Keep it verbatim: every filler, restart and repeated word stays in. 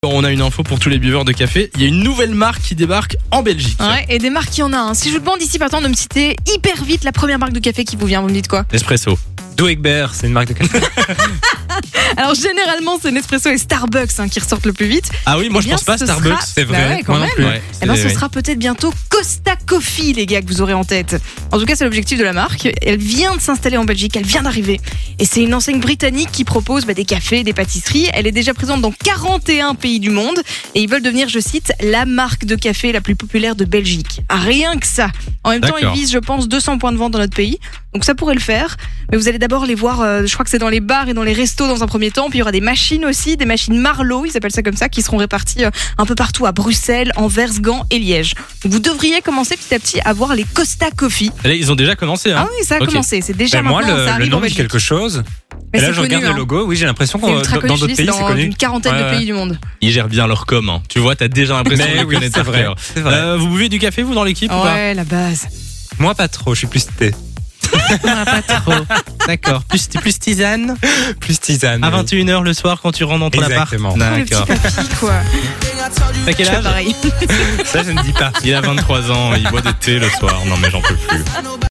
On a une info pour tous les buveurs de café. Il y a une nouvelle marque qui débarque en Belgique. Ouais, et des marques, il y en a. Hein. Si je vous demande ici, par exemple, de me citer hyper vite la première marque de café qui vous vient, vous me dites quoi? Nespresso. Douwe-Egbert, c'est une marque de café. Alors généralement, c'est Nespresso et Starbucks hein, qui ressortent le plus vite. Ah oui, moi Eh je bien, pense pas ce Starbucks. sera- C'est vrai, Bah ouais, quand moi non même. plus. Ouais, Eh ben, c'est- ce ouais. sera peut-être bientôt Costa Coffee, les gars, que vous aurez en tête. En tout cas, c'est l'objectif de la marque. Elle vient de s'installer en Belgique, elle vient d'arriver. Et c'est une enseigne britannique qui propose bah, des cafés, des pâtisseries. Elle est déjà présente dans quarante et un pays du monde. Et ils veulent devenir, je cite, la marque de café la plus populaire de Belgique. Ah, rien que ça. En même temps, ils D'accord. visent, je pense, deux cents points de vente dans notre pays. Donc ça pourrait le faire. Mais vous allez d'abord les voir, euh, je crois que c'est dans les bars et dans les restos dans un premier temps. Puis il y aura des machines aussi, des machines Marlowe, ils appellent ça comme ça, qui seront réparties euh, un peu partout à Bruxelles, Anvers, Gand et Liège. Donc vous devriez commencer petit à petit à voir les Costa Coffee. Là, ils ont déjà commencé. Hein. Ah oui, ça a Ok. commencé. C'est déjà Ben, moi, maintenant, le, ça le arrive nom en dit Belgique. quelque chose. Mais Et là, c'est je connu, regarde hein. le logo. Oui, j'ai l'impression C'est qu'on ultra dans connu, dans je d'autres dis, pays, c'est c'est dans connu. une quarantaine Ouais, de ouais. pays du monde. Ils gèrent bien leur com. Hein. Tu vois, t'as déjà l'impression Mais de oui, connaître c'est par vrai. cœur. C'est vrai. Euh, vous buvez du café, vous, dans l'équipe ou pas? Ouais, la base. Moi, pas trop. Je suis plus thé. Pas trop. D'accord. Plus, plus tisane. Plus tisane. À oui. vingt et une heures le soir quand tu rentres dans ton appart. Exactement. Oh, le petit D'accord. papy, quoi. T'as quel Je fais âge? pareil. Ça, je ne dis pas. Il a vingt-trois ans, il boit des thés le soir. Non mais j'en peux plus.